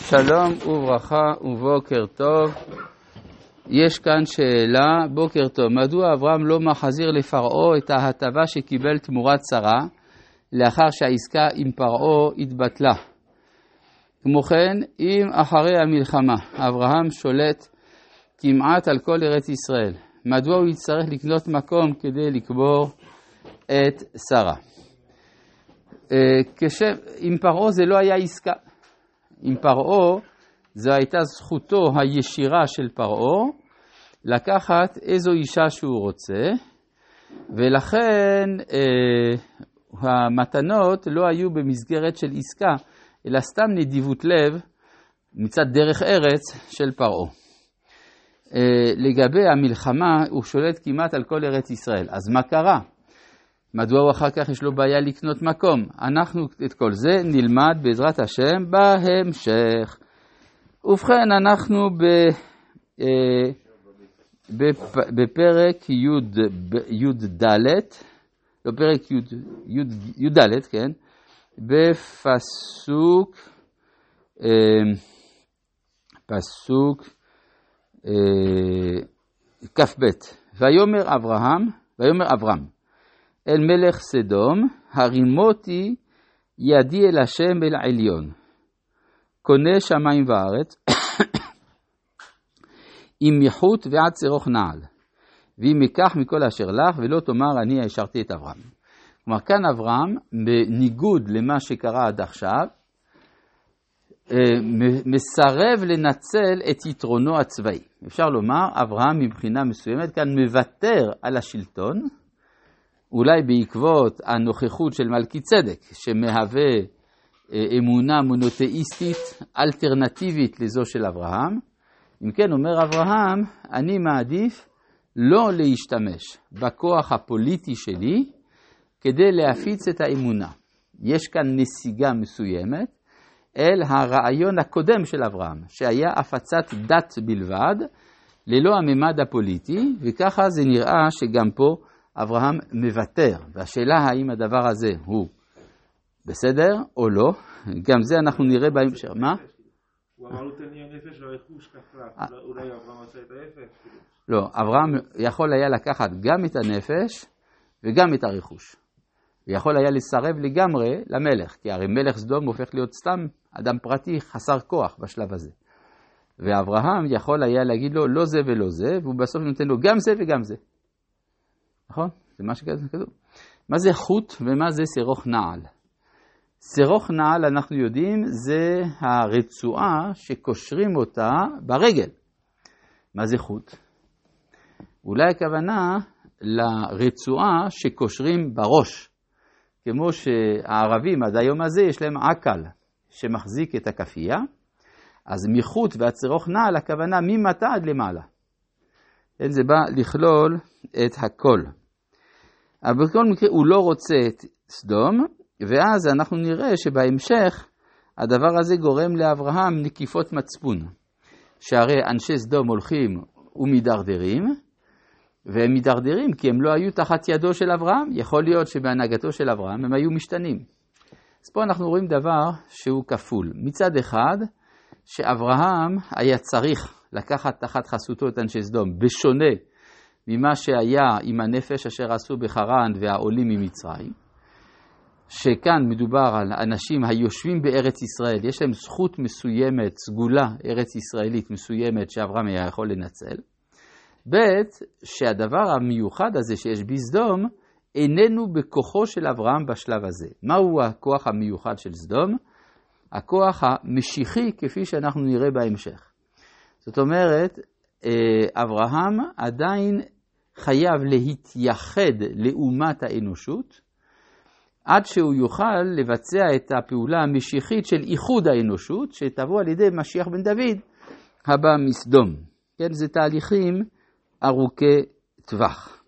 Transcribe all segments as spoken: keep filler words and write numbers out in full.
שלום וברכה ובוקר טוב. יש כאן שאלה, בוקר טוב, מדוע אברהם לא מחזיר לפרעה את ההטבה שקיבל תמורת שרה לאחר שהעסקה עם פרעה התבטלה? כמו כן, אם אחרי המלחמה אברהם שולט כמעט על כל ארץ ישראל, מדוע הוא יצטרך לקנות מקום כדי לקבור את שרה? עם פרעה זה לא היה עסקה. עם פרעה זו הייתה זכותו הישירה של פרעה לקחת איזו אישה שהוא רוצה, ולכן אה, המתנות לא היו במסגרת של עסקה, אלא סתם נדיבות לב מצד דרך ארץ של פרעה. אה, לגבי המלחמה הוא שולט כמעט על כל ארץ ישראל. אז מה קרה? מדוע הוא אחר כך יש לו בעיה לקנות מקום? אנחנו את כל זה נלמד בעזרת השם בהמשך. ובכן, אנחנו ב, אה, בפ, בפרק י"ד, בפרק י"ד, כן, בפסוק, אה, פסוק אה, כ"ב. ויאמר אברהם, ויאמר אברהם, אל מלך סדום, הרימותי ידי אל השם אל העליון, קונה שמיים וארץ, עם מיחוט ועד צרוך נעל, ואם ייקח מכל אשר לך, ולא תאמר אני השארתי את אברהם. כלומר, כאן אברהם, בניגוד למה שקרה עד עכשיו, מסרב לנצל את יתרונו הצבאי. אפשר לומר, אברהם מבחינה מסוימת כאן מוותר על השלטון, אולי בעקבות הנוכחות של מלכי צדק, שמהווה אמונה מונותאיסטית אלטרנטיבית לזו של אברהם. אם כן, אומר אברהם, אני מעדיף לא להשתמש בכוח הפוליטי שלי כדי להפיץ את האמונה. יש כאן נסיגה מסוימת אל הרעיון הקודם של אברהם, שהיה הפצת דת בלבד, ללא הממד הפוליטי, וככה זה נראה שגם פה אברהם מוותר. והשאלה האם הדבר הזה הוא בסדר או לא, גם זה אנחנו נראה בהמשך. מה? הוא אמר לו תן לי הנפש והרכוש ככה, אולי אברהם עשה את ההפך? לא, אברהם יכול היה לקחת גם את הנפש וגם את הרכוש. ויכול היה לסרב לגמרי למלך, כי הרי מלך סדום הופך להיות סתם אדם פרטי חסר כוח בשלב הזה. ואברהם יכול היה להגיד לו לא זה ולא זה, והוא בסוף נותן לו גם זה וגם זה. נכון? זה מה שכתוב. מה זה חוט ומה זה סירוך נעל? סירוך נעל, אנחנו יודעים, זה הרצועה שקושרים אותה ברגל. מה זה חוט? אולי הכוונה לרצועה שקושרים בראש. כמו שהערבים עד היום הזה יש להם עקל שמחזיק את הכפייה, אז מחוט והצירוך נעל הכוונה ממטה עד למעלה. זה בא לכלול את הכל. אבל בכל מקרה הוא לא רוצה את סדום, ואז אנחנו נראה שבהמשך הדבר הזה גורם לאברהם נקיפות מצפון. שהרי אנשי סדום הולכים ומדרדרים, והם מדרדרים כי הם לא היו תחת ידו של אברהם. יכול להיות שבהנהגתו של אברהם הם היו משתנים. אז פה אנחנו רואים דבר שהוא כפול. מצד אחד, שאברהם היה צריך לקחת תחת חסותו את אנשי סדום, בשונה ממה שהיה עם הנפש אשר עשו בחרן והעולים ממצרים, שכאן מדובר על אנשים היושבים בארץ ישראל, יש להם זכות מסוימת, סגולה ארץ ישראלית מסוימת שאברהם היה יכול לנצל. ב' שהדבר המיוחד הזה שיש בסדום איננו בכוחו של אברהם בשלב הזה. מהו הכוח המיוחד של סדום? הכוח המשיחי כפי שאנחנו נראה בהמשך. זאת אומרת, אברהם עדיין חייב להתייחד לאומת האנושות, עד שהוא יוכל לבצע את הפעולה המשיחית של איחוד האנושות, שתבוא על ידי משיח בן דוד הבא מסדום. כן, זה תהליכים ארוכי טווח.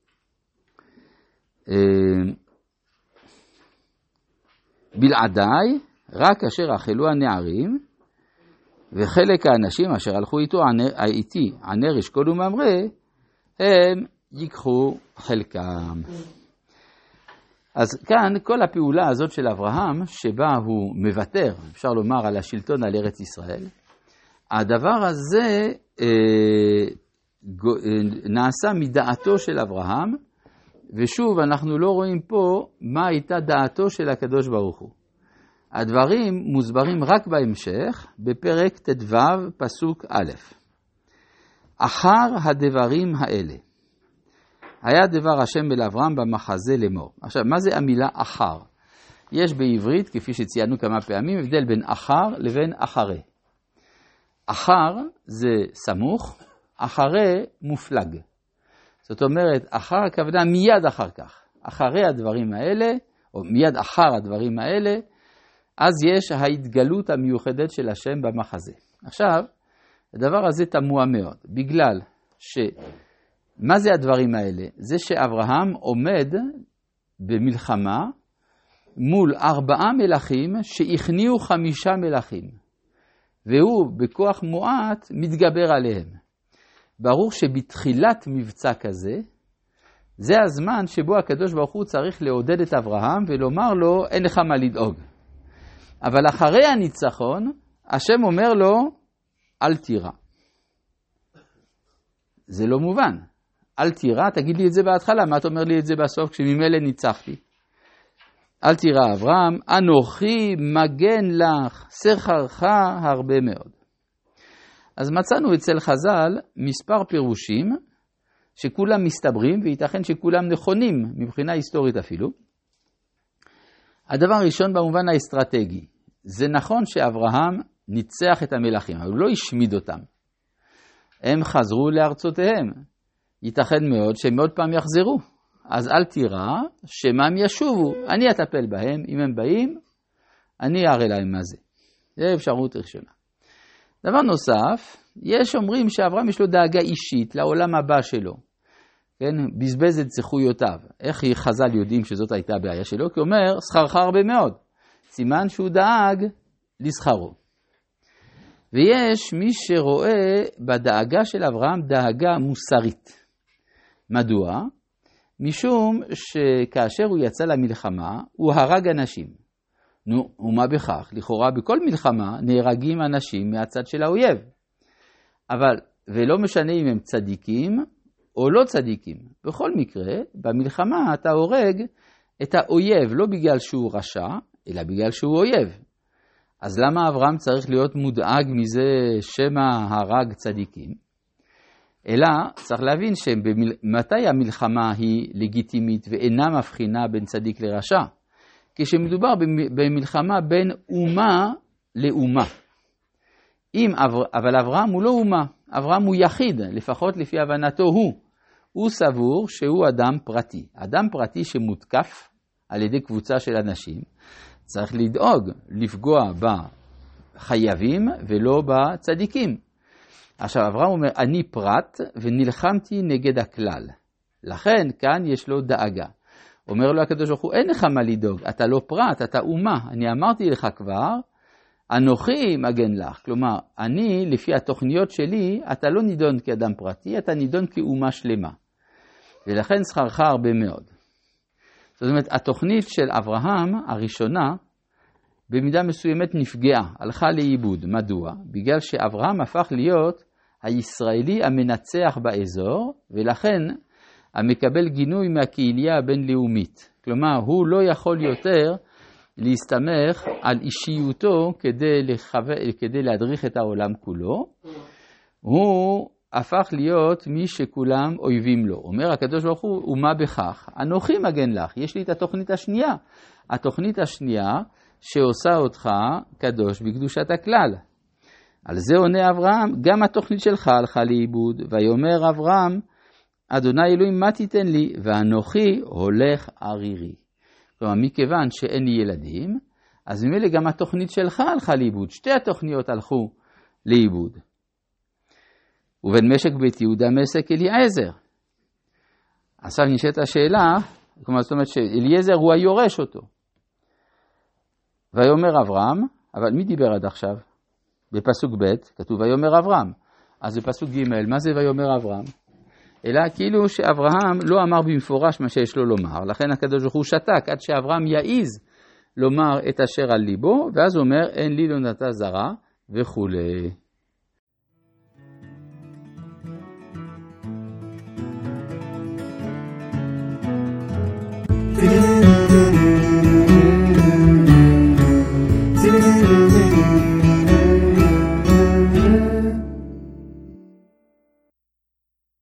בלעדיי, רק אשר אכלו הנערים, וחלק האנשים אשר הלכו איתו, איתי, ענר אשכול וממרא, הם ייקחו חלקם. אז כאן כל הפעולה הזאת של אברהם, שבה הוא מוותר, אפשר לומר, על השלטון על ארץ ישראל, הדבר הזה אה, נעשה מדעתו של אברהם, ושוב אנחנו לא רואים פה מה הייתה דעתו של הקדוש ברוך הוא. הדברים מוסברים רק בהמשך, בפרק ט"ו פסוק א'. אחר הדברים האלה, היה דבר השם אל אברהם במחזה לאמור. עכשיו, מה זה המילה אחר? יש בעברית, כפי שציינו כמה פעמים, הבדל בין אחר לבין אחרי. אחר זה סמוך, אחרי מופלג. זאת אומרת, אחר הכוונה מיד אחר כך. אחרי הדברים האלה, או מיד אחר הדברים האלה, אז יש ההתגלות המיוחדת של השם במחזה. עכשיו, הדבר הזה תמוה מאוד, בגלל ש... מה זה הדברים האלה? זה שאברהם עומד במלחמה מול ארבעה מלכים שהכניעו חמישה מלכים, והוא בכוח מועט מתגבר עליהם. ברור שבתחילת מבצע כזה, זה הזמן שבו הקדוש ברוך הוא צריך לעודד את אברהם ולומר לו, אין לך מה לדאוג. אבל אחרי הניצחון, השם אומר לו, אל תירא. זה לא מובן. אל תירא, תגיד לי את זה בהתחלה, מה אתה אומר לי את זה בסוף כשממילא ניצחתי? אל תירא אברהם, אנוכי מגן לך, שכרך הרבה מאוד. אז מצאנו אצל חז"ל מספר פירושים שכולם מסתברים, וייתכן שכולם נכונים מבחינה היסטורית אפילו. הדבר הראשון במובן האסטרטגי, זה נכון שאברהם ניצח את המלכים, אבל הוא לא השמיד אותם. הם חזרו לארצותיהם. ייתכן מאוד שהם עוד פעם יחזרו. אז אל תירא, שמם ישובו. אני אטפל בהם, אם הם באים, אני אראה להם מה זה. זה אפשרות ראשונה. דבר נוסף, יש אומרים שאברהם יש לו דאגה אישית לעולם הבא שלו. כן? בזבז את זכויותיו. איך חז"ל יודעים שזאת הייתה הבעיה שלו? כי הוא אומר, שכרך הרבה מאוד. סימן שהוא דאג לשכרו. ויש מי שרואה בדאגה של אברהם דאגה מוסרית. מדוע? משום שכאשר הוא יצא למלחמה, הוא הרג אנשים. נו, ומה בכך? לכאורה בכל מלחמה נהרגים אנשים מהצד של האויב. אבל, ולא משנה אם הם צדיקים או לא צדיקים. בכל מקרה, במלחמה אתה הורג את האויב, לא בגלל שהוא רשע, אלא בגלל שהוא אויב. אז למה אברהם צריך להיות מודאג מזה שמה הרג צדיקים? אלא צריך להבין שמתי המלחמה היא לגיטימית ואינה מבחינה בין צדיק לרשע. כשמדובר במלחמה בין אומה לאומה. אם, אבל אברהם הוא לא אומה, אברהם הוא יחיד, לפחות לפי הבנתו הוא. הוא סבור שהוא אדם פרטי. אדם פרטי שמותקף על ידי קבוצה של אנשים, צריך לדאוג, לפגוע בחייבים ולא בצדיקים. עכשיו אברהם אומר, אני פרט ונלחמתי נגד הכלל. לכן כאן יש לו דאגה. אומר לו הקדוש ברוך הוא, אין לך מה לדאוג, אתה לא פרט, אתה אומה. אני אמרתי לך כבר, אנוכי מגן לך. כלומר, אני, לפי התוכניות שלי, אתה לא נידון כאדם פרטי, אתה נידון כאומה שלמה. ולכן שכרך הרבה מאוד. זאת אומרת, התוכנית של אברהם הראשונה, במידה מסוימת נפגעה, הלכה לאיבוד. מדוע? בגלל שאברהם הפך להיות הישראלי המנצח באזור, ולכן המקבל גינוי מהקהילייה הבינלאומית. כלומר, הוא לא יכול יותר להסתמך על אישיותו כדי, לחווה, כדי להדריך את העולם כולו. הוא הפך להיות מי שכולם אויבים לו. אומר הקדוש ברוך הוא, ומה בכך? אנוכי מגן לך. יש לי את התוכנית השנייה. התוכנית השנייה שעושה אותך קדוש בקדושת הכלל. על זה עונה אברהם, גם התוכנית שלך הלכה לאיבוד. ויאמר אברהם, אדוני אלוהים מה תיתן לי? ואנוכי הולך ערירי. כלומר, מכיוון שאין לי ילדים, אז ממילא גם התוכנית שלך הלכה לאיבוד. שתי התוכניות הלכו לאיבוד. ובין משק בית יהודה משק אליעזר. עכשיו נשאלת השאלה, כלומר, זאת אומרת שאליעזר הוא היורש אותו. ויאמר אברהם, אבל מי דיבר עד עכשיו? בפסוק ב' כתוב ויאמר אברהם. אז בפסוק ג' מה זה ויאמר אברהם? אלא כאילו שאברהם לא אמר במפורש מה שיש לו לומר, לכן הקדוש ברוך הוא שתק עד שאברהם יעיז לומר את אשר על ליבו, ואז הוא אומר אין לי לא נתן זרע וכולי.